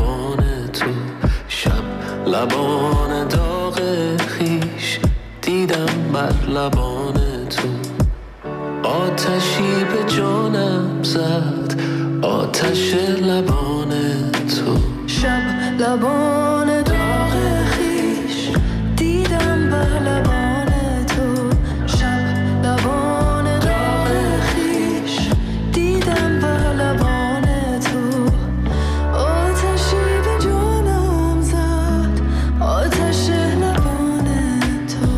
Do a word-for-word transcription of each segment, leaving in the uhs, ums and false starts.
لبان تو، شب لبان داغ خیش دیدم بر لبان تو. آتشی به جانم زد، آتش لبان تو. شب لبان داغ خیش دیدم بر لبان تو. شب لبان داغ خیش دیدم بر لبان تو. آتشی به جانم زد، آتش لبان تو.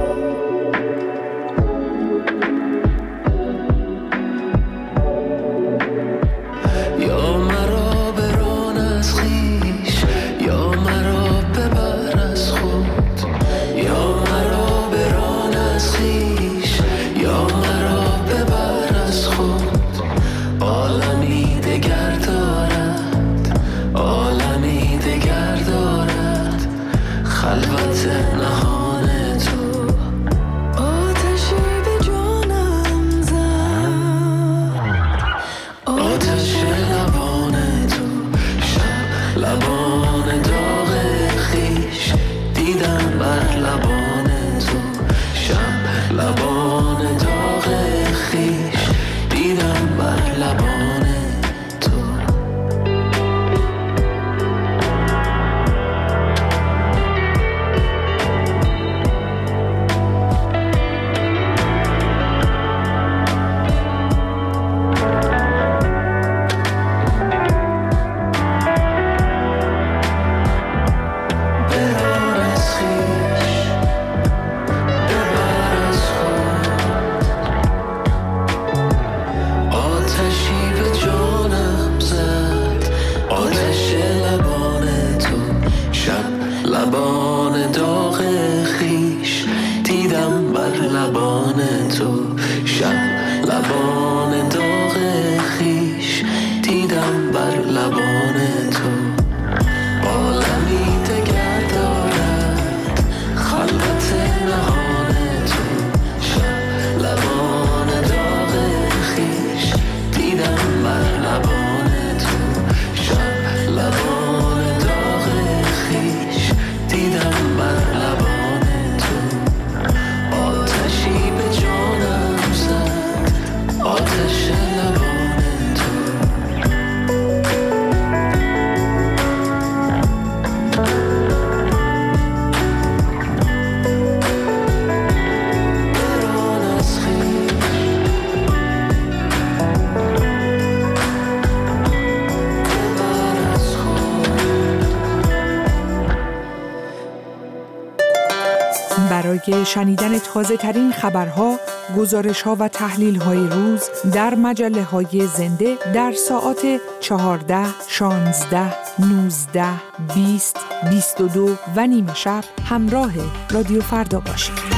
یا مرا بران از خویش، یا مرا ببر از خود. یا مرا بران از خویش، یا مرا ببر از خود. عالمی دگر دارد، عالمی دگر دارد خلوت نهان تو. آتشی به جانم زد، آتش لبان تو. شب لبان داغ خیش دیدم بر لبان تو. شب لبان داغ خیش دیدم بر لبان تو. بران از خویش، ببر از خود. آتشی به جانم زد، آتش لبان تو. شب لبان داغ خیش دیدم بر لبان تو. شب لبان داغ خیش دیدم بر لبان تو. عالمی دگر دارد خلوت نهان تو. شب لبان داغ خیش دیدم بر لبان تو. شب لبان داغ خیش دیدم بر لبان تو. آتشی به جانم زد، آتش لبان تو. بران از خویش، ببر از خود. برای شنیدن تازه ترین خبرها، گزارش ها و تحلیل های روز در مجله های زنده در ساعات چهارده، شانزده، نوزده، بیست، بیست و دو و نیمه شب همراه رادیو فردا باشید.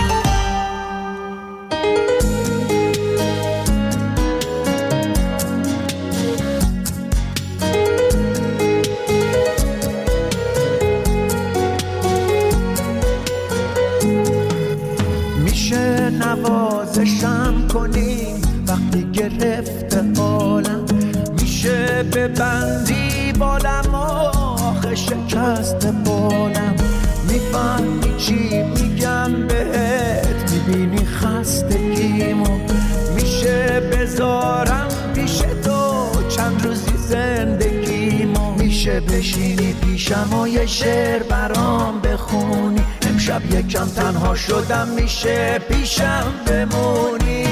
میشه نوازشم کنیم وقتی گرفته حالم. میشه ببندی بالم آخه شکست بالم. میفهمی چی میگم بهت، میبینی خستگیمو. میشه بذارم پیش تو چند روزی زندگیمو. میشه بشینی پیشم و یه شعر برام بخونی. امشب یکم تنها شدم، میشه پیشم بمونی.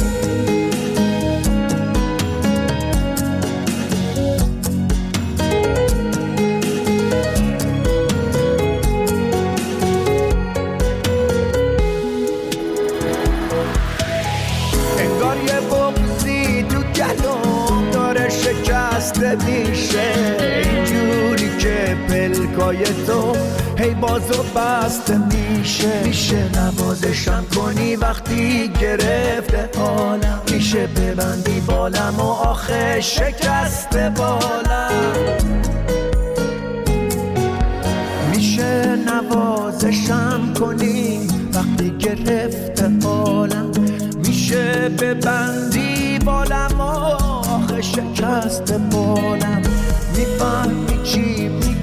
انگار یه بغضی تو گلوم داره شکسته میشه. اینجوری که پلکای تو هی بازو بسته میشه. میشه نوازشم کنی وقتی گرفته حالم. میشه ببندی بالم و آخه شکسته بالم. میشه نوازشم کنی وقتی گرفته حالم. میشه ببندی بالم و آخه شکسته بالم. میفهمی چی میگم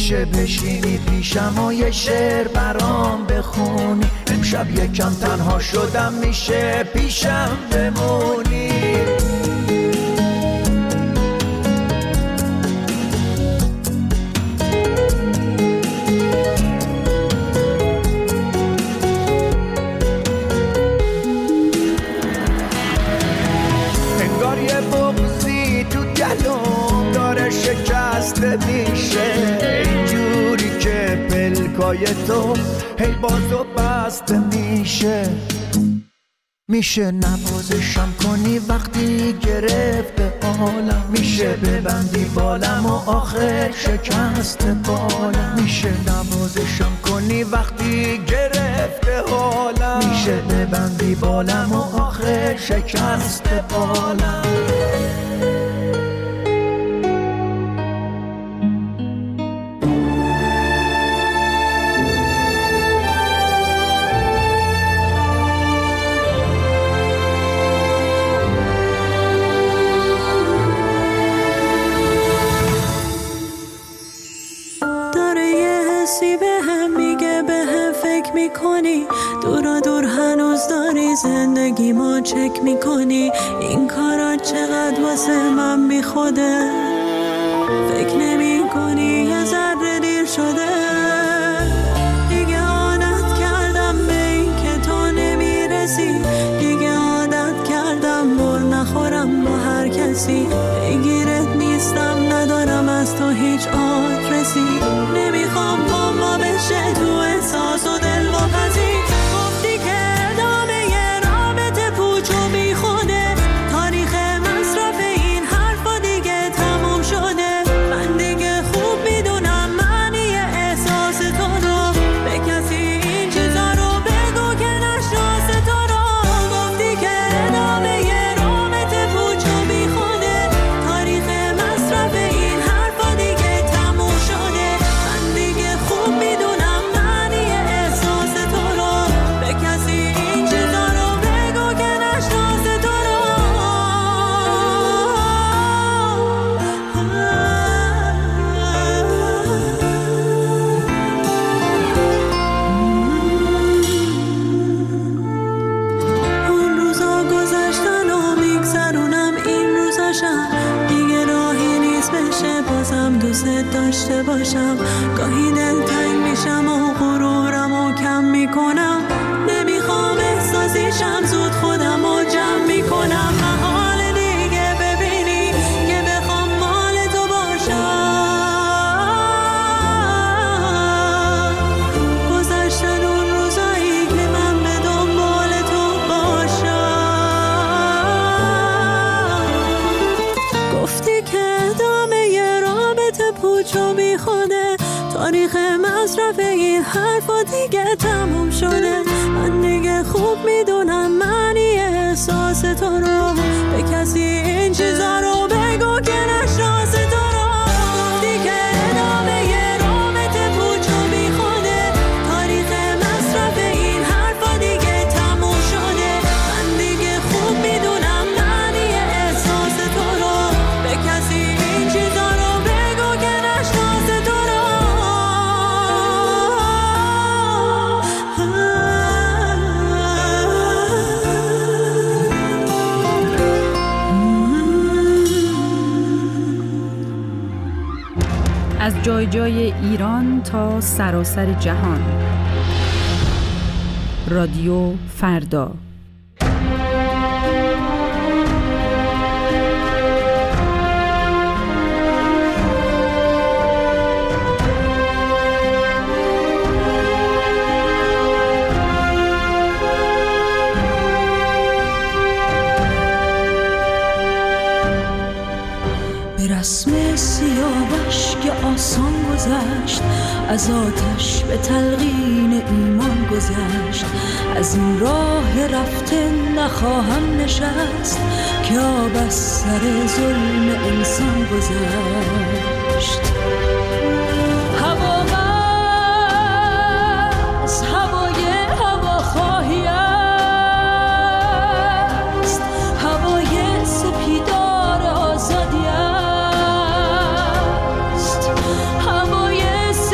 میشه بشینی پیشم و یه شعر برام بخونی؟ امشب یکم تنها شدم میشه پیشم بمونی؟ انگار یه بغضی تو دلم داره شکسته میشه، اینجوری که پلکای تو هی باز و بسته میشه. میشه نوازشم کنی وقتی گرفته حالم، میشه ببندی بالم و آخر شکست بالم. میشه نوازشم کنی وقتی گرفته حالم، میشه ببندی بالم و آخر شکست بالم. دورا دور هنوز داری زندگی ما چک میکنی، این کارا چقدر واسه من بی خوده، فکر نمی کنی یه ذره دیر شده. دیگه عادت کردم به این که تو نمیرسی، دیگه عادت کردم بر نخورم با هر کسی، بگیرت نیستم ندارم از تو هیچ آدرسی، نمیخوام پاما بشه تو احساس و دل و پذیر. داشته باشم گاهی دلتنگ میشم و غرورم و کم میکنم، نمیخوام احساسیشم زود خودم و جمع میکنم. محال دیگه ببینی که بخوام مال تو باشم، گذشتن اون روزایی که من به دنبال تو باشم. گفتی که ادامه رابطه پوچ و بی خوده، تاریخ مصرف این حرفا دیگه تموم شده، من دیگه خوب میدونم معنی احساس تو رو، به کسی این چیزا رو بگو که نشناس تو رو. گفتی که ادامه رابطه پوچ و بی خوده، تاریخ مصرف این حرفا دیگه تموم شده، من دیگه خوب میدونم معنی احساس تو رو، به کسی این چیزا رو بگو که نشناس تو رو. از جای جای ایران تا سراسر جهان، رادیو فردا. به رسم سیاوش که آسان گذشت، از آتش به تلقین ایمان گذشت، از این راه رفته نخواهم نشست، که آب از سر ظلم انسان گذشت. هوا از هوای هوا خواهی است، هوای سپیدار آزادی است، هوای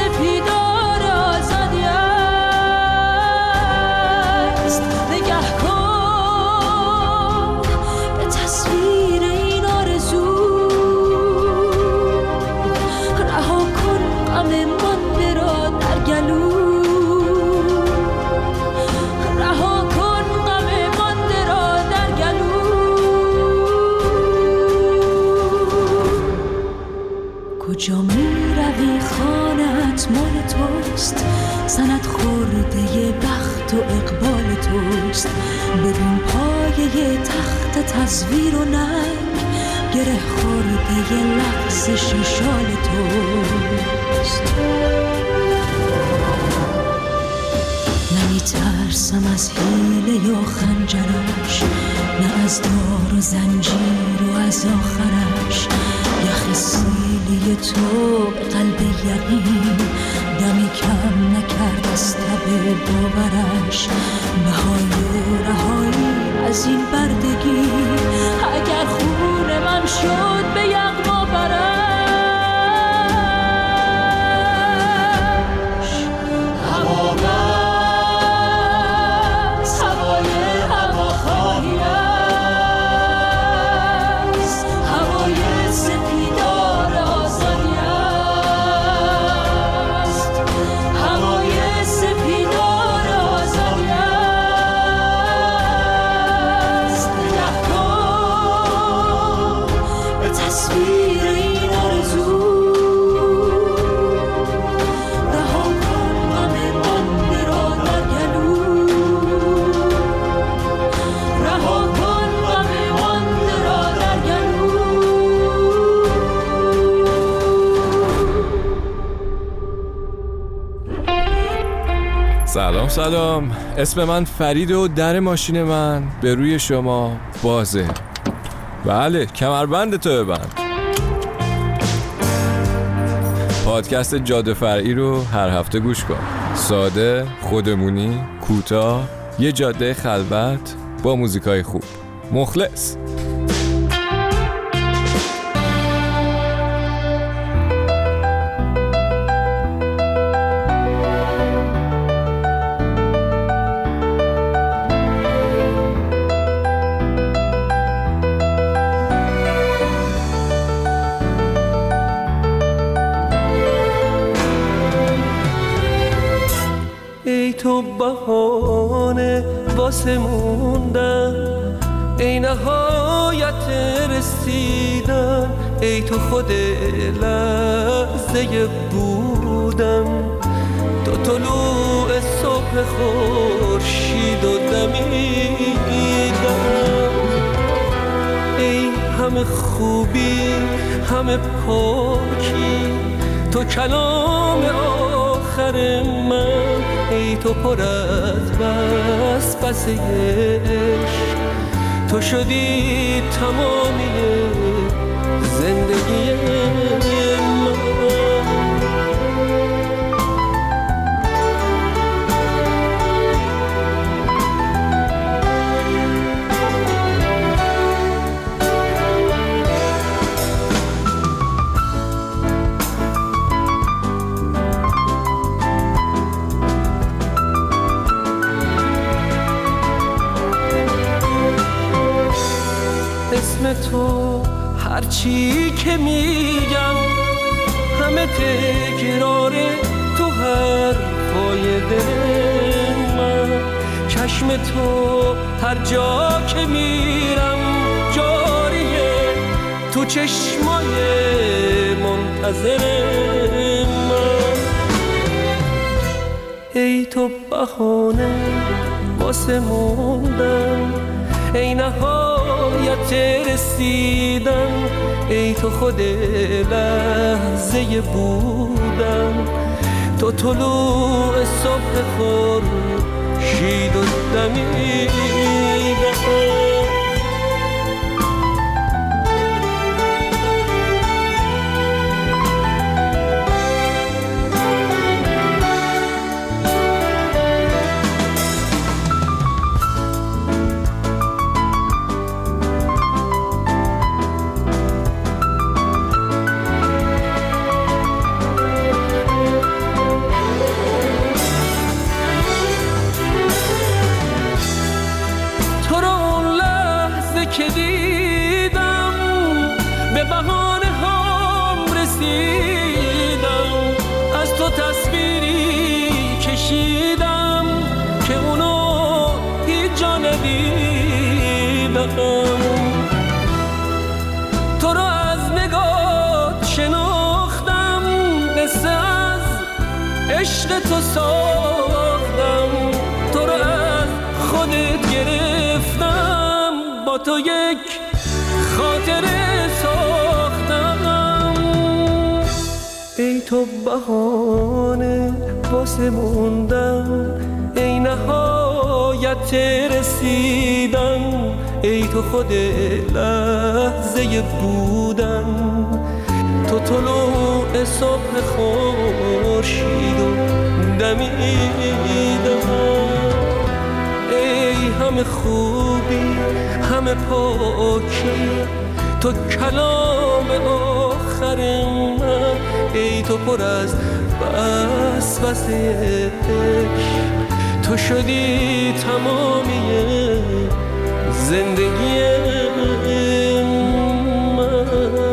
نیست. ببین پایه تخت تصویر و ننگ گره خورده یه لغزش شال توست. نمیترسم از حیله یا خنجرش، نه از دار و زنجیر و از آخرش. یخ سیلی تو به قلب یقین دمی کم نکرد از تب باورش. بهای رهایی از این بردگی اگر خون من شد به یغما برش. هوا بس هوای هوا خواهی است، هوای سپیدار آزادی است، هوای سپیدار آزادی است. نگه کن به تصویر این آرزو، رها کن غم مانده را در گلو، رها کن غم مانده را در گلو. سلام سلام، اسم من فرید و در ماشین من به روی شما بازه. بله، کمربند تو ببند. پادکست جاده فرعی رو هر هفته گوش کن. ساده، خودمونی، کوتاه، یه جاده خلوت با موزیکای خوب. مخلص. ای تو بهانه واسه موندن، ای نهایت رسیدن، ای تو خود لحظه بودن، تو طلوع صبح خورشید و دمیدن. ای همه خوبی همه پاکی، تو کلام آخر من، ای تو پر از بس بس عشق، تو شدی تمامی زندگی من. اسم تو هرچی که میگم همه تکراره تو حرفای دل من. چشم تو هر جا که میرم جاریه، تو چشمای منتظر من. ای تو بهانه واسه موندن، ای نهایت رسیدن، ای تو خود لحظه بودن، تو طلوع صبح خورشید و دمیدن. که دیدم به بهانه هم رسیدم، از تو تصویری کشیدم که اونو هیچ جا ندیدم. تو رو از نگات شناختم، قصه از عشق تو ساختم، تو رو از خودت یاد گرفتم با تو یک خاطره ساختم. ای تو بهانه واسه موندن، ای نهایت رسیدن، ای تو خود لحظه بودن، تو طلوع صبح خورشید و دمیدن. ای همه خوبی همه پاکی، تو کلام آخر من، ای تو پر از وسوسه، تو شدی تمامی زندگی من.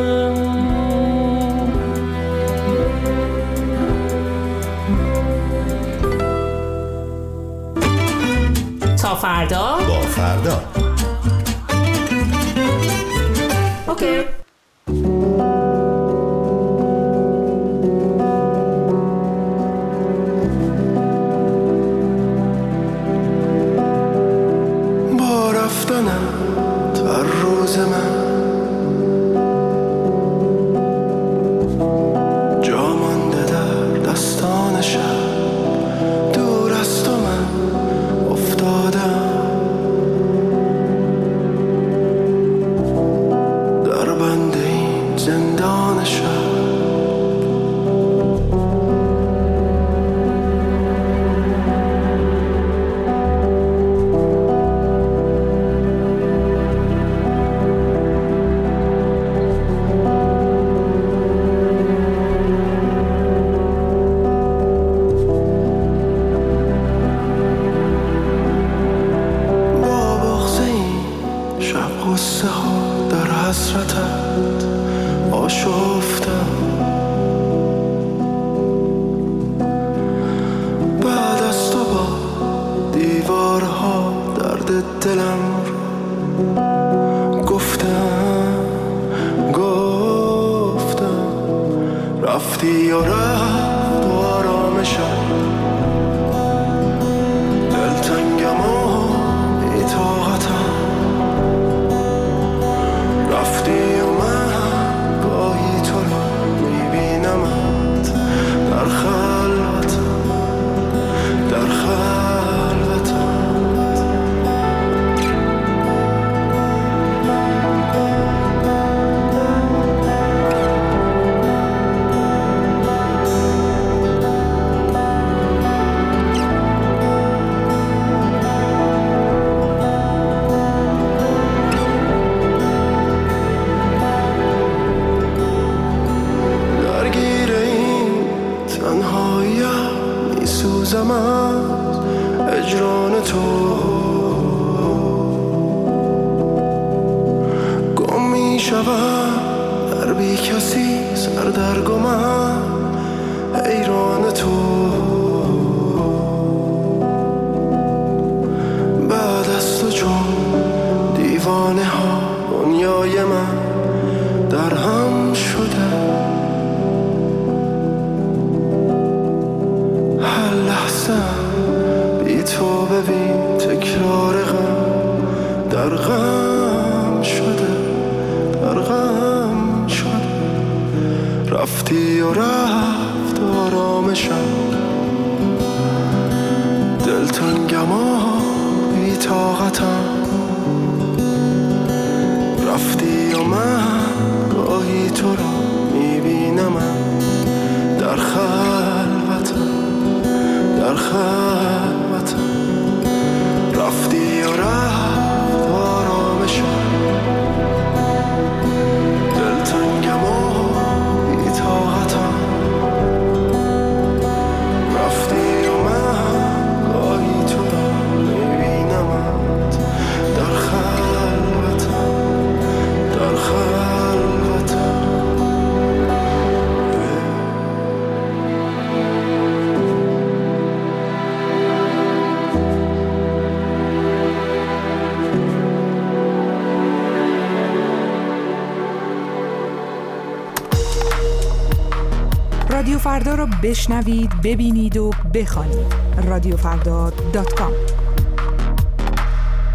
تا فردا با فردا. اوکی. با رفتنت هر روز من جا مانده در دستان شب، دور از تو من افتادم در بند این زندان شب. قصه ها در حسرتت آشفتم، بعد از تو با دیوارها درد دلم رو گفتم گفتم رفتی و رفت و آرامشم، دلتنگم و بی‌طاقتم، رفتی و من گاهی تو رو میبینمت در خلوتم در خلوتم. میسوزم از اجران تو، گم میشوم در بی کسی سردرگمم حیران تو. بعد از تو چون دیوانه ها دنیای من در هم شده، بی تو ببین تکرار غم در غم شده در غم شده، رفتی و رفت آرامشم، دلتنگم و بی طاقتم، رفتی و من گاهی تو رو میبینم در خلوتم در خلوتم، رفتی و رفت آرامشم، دلتنگم و بی‌طاقتم، رفتی و من گاهی تو را میبینمت در خلوتم در خلوتم. رادیو فردا را بشنوید، ببینید و بخوانید. رادیو فردا دات کام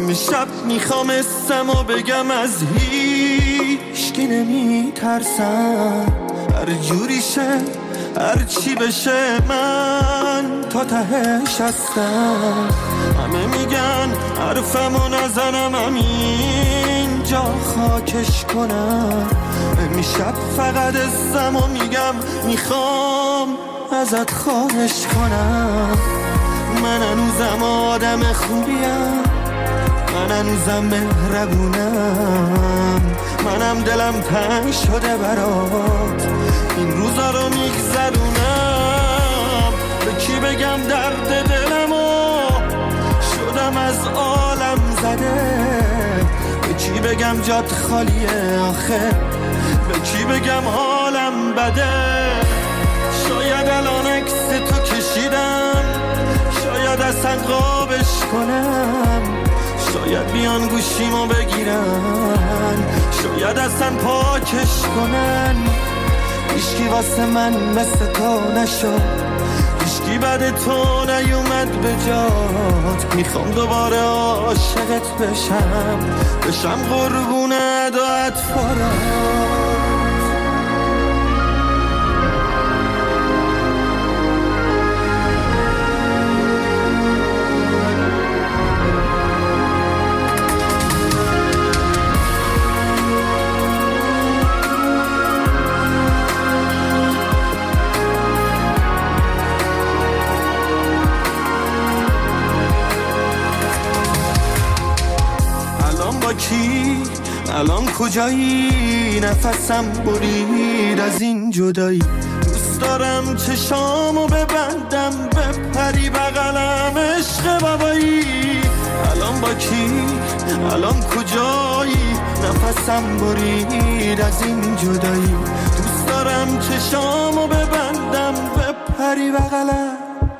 امشب میخوام اسم و بگم از هیچکی نمی ترسم، هر جوری شه هر چی بشه من تا تهش هستم. همه میگن حرفمو نزنم همین جا خاکش کنم، امشب فقط اسم و میگم میخوام ازت خواهش کنم. من هنوزم آدم خوبیم، من هنوزم مهربونم، منم دلم تنگ شده برات این روزا رو میگذرونم. به کی بگم درد دلمو شدم از عالم زده، به کی بگم جات خالیه آخه، به کی بگم حالم بده. شاید الان عکس تو کشیدم، شاید اصلا قابش کنم، شاید بیان گوشیمو بگیرن، شاید اصلا پاکش کنن. هیچکی واسه من مثل تو نشد، هیچکی بعد تو نیومد به جات. میخوام دوباره عاشقت بشم، بشم قربون ادات فرات. کی الان کجایی؟ نفسم برید از این جدایی، دوست دارم چشامو ببندم بپری بغلم عشق بابایی. الان با کی؟ الان کجایی؟ نفسم برید از این جدایی، دوست دارم چشامو ببندم بپری بغلم.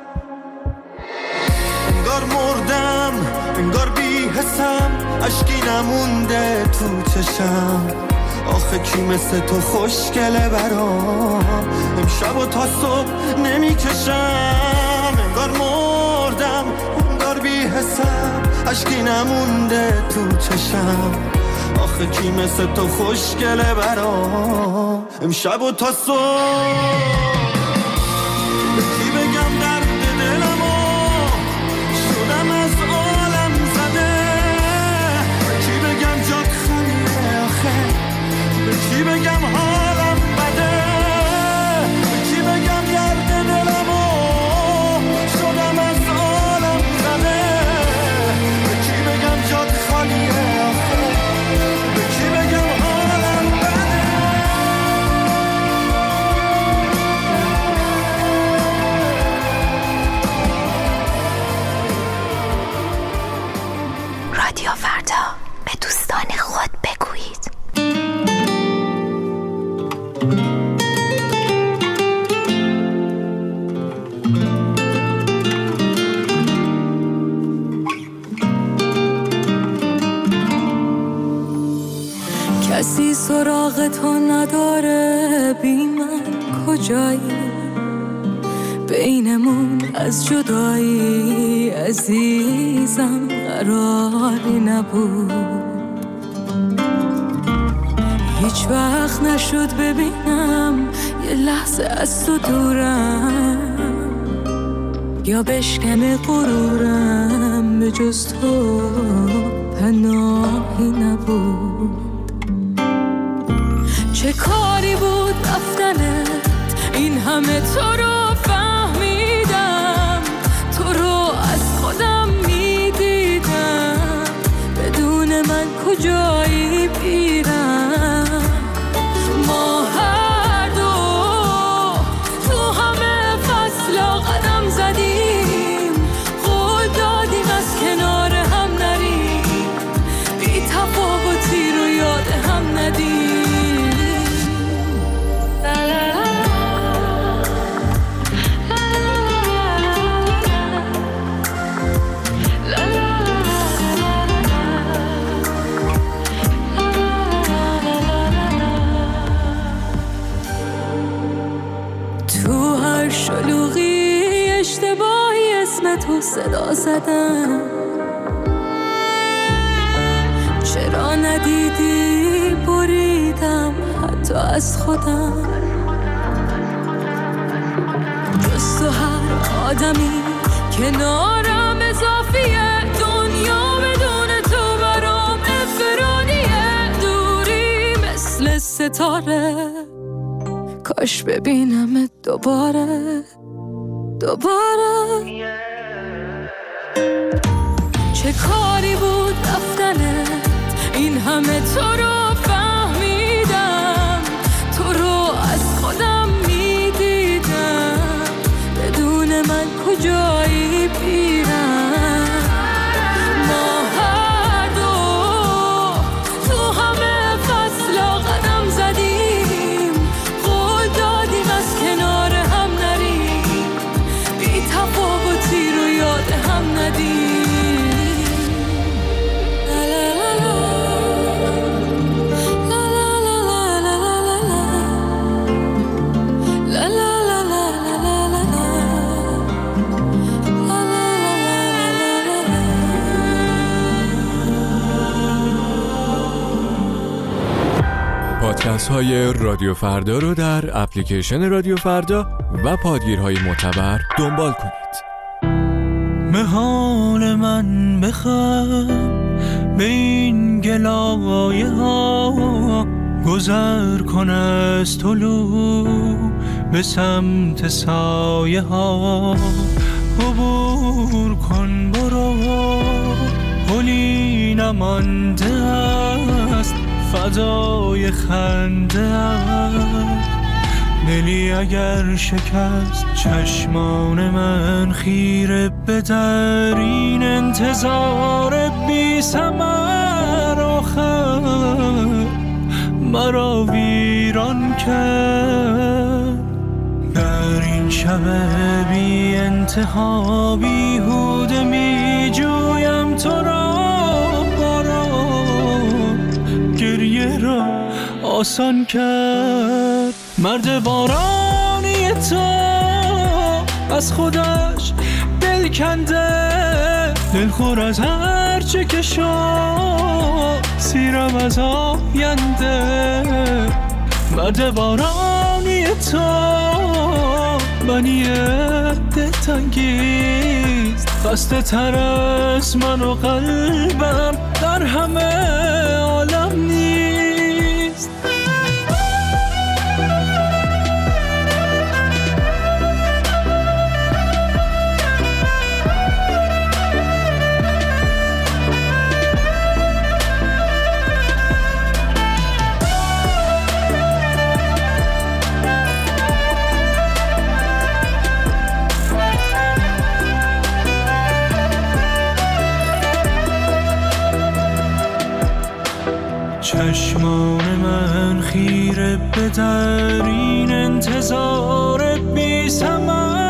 انگار مردم انگار بی حسم، عشقی نمونده تو چشم. آخه کی مثل تو خوشگله برام، امشب و تا صبح نمیکشم. انگار مردم انگار بی حسم، عشقی نمونده تو چشم. آخه کی مثل تو خوشگله برام، امشب و تا صبح. به کی بگم درد دلمو شدم از عالم زده، به کی بگم جات خالیه آخه، به کی بگم حالم بده، به کی بگم درد دلمو شدم از عالم زده، به کی بگم جات خالیه آخه، به کی بگم حالم بده. رادیو فردا، به دوستان خود بگویید. کسی سراغ تو نداره، بی من کجایی؟ بینمون از جدایی عزیزم قراری نبود. هیچ وقت نشد ببینم یه لحظه از تو دورم، یا بشکنه غرورم، به جز تو پناهی نبود. چه کاری بود رفتنت، این همه تو رو فهمیدم، تو رو از خودم میدیدم، بدون من کجایی بیرم؟ ما هر دو تو همه فصلا قدم زدیم، قول دادیم از کنار هم نریم، بی تفاوتی رو یاد هم ندیم. شلوغی اشتباهی اسم تو صدا زدم، ندیدی بریدم حتی از خودم. جز تو هر آدمی کنارم اضافیه، دنیا بدون تو برام انفرادیه. دوری مثل ستاره، کاش ببینم دوباره دوباره. چه کاری بود رفتنه، این همه تو رو فهمیدم، تو رو از خودم میدیدم، بدون من کجایی پیرم. ما هر دو تو همه فصلا قدم زدیم، قول دادیم از کنار هم نریم، بی تفاوتی رو یاد هم ندیم. پادکست های رادیو فردا رو در اپلیکیشن رادیو فردا و پادگیرهای معتبر دنبال کنید. به حال من بخند، به این گلایه ها گذر کن از طلوع به سمت سایه ها. عبور کن برو، پلی نمانده است، فضای خنده است. دلی اگر شکست، چشمان من خیره به در این انتظار بی ثمر. آخر مرا ویران کرد در این شب بی انتها. بیهوده می جویم تو را، گریه را آسان کرد. مرد بارانی تو از خودش دل کنده، دلخور از هر چه که شد، سیرم از آینده. مرد بارانی تو بنی دلتنگیست، خسته تر از من و قلبم در همه عالم نیست. چشمان من خیره به در این انتظار بی ثمر.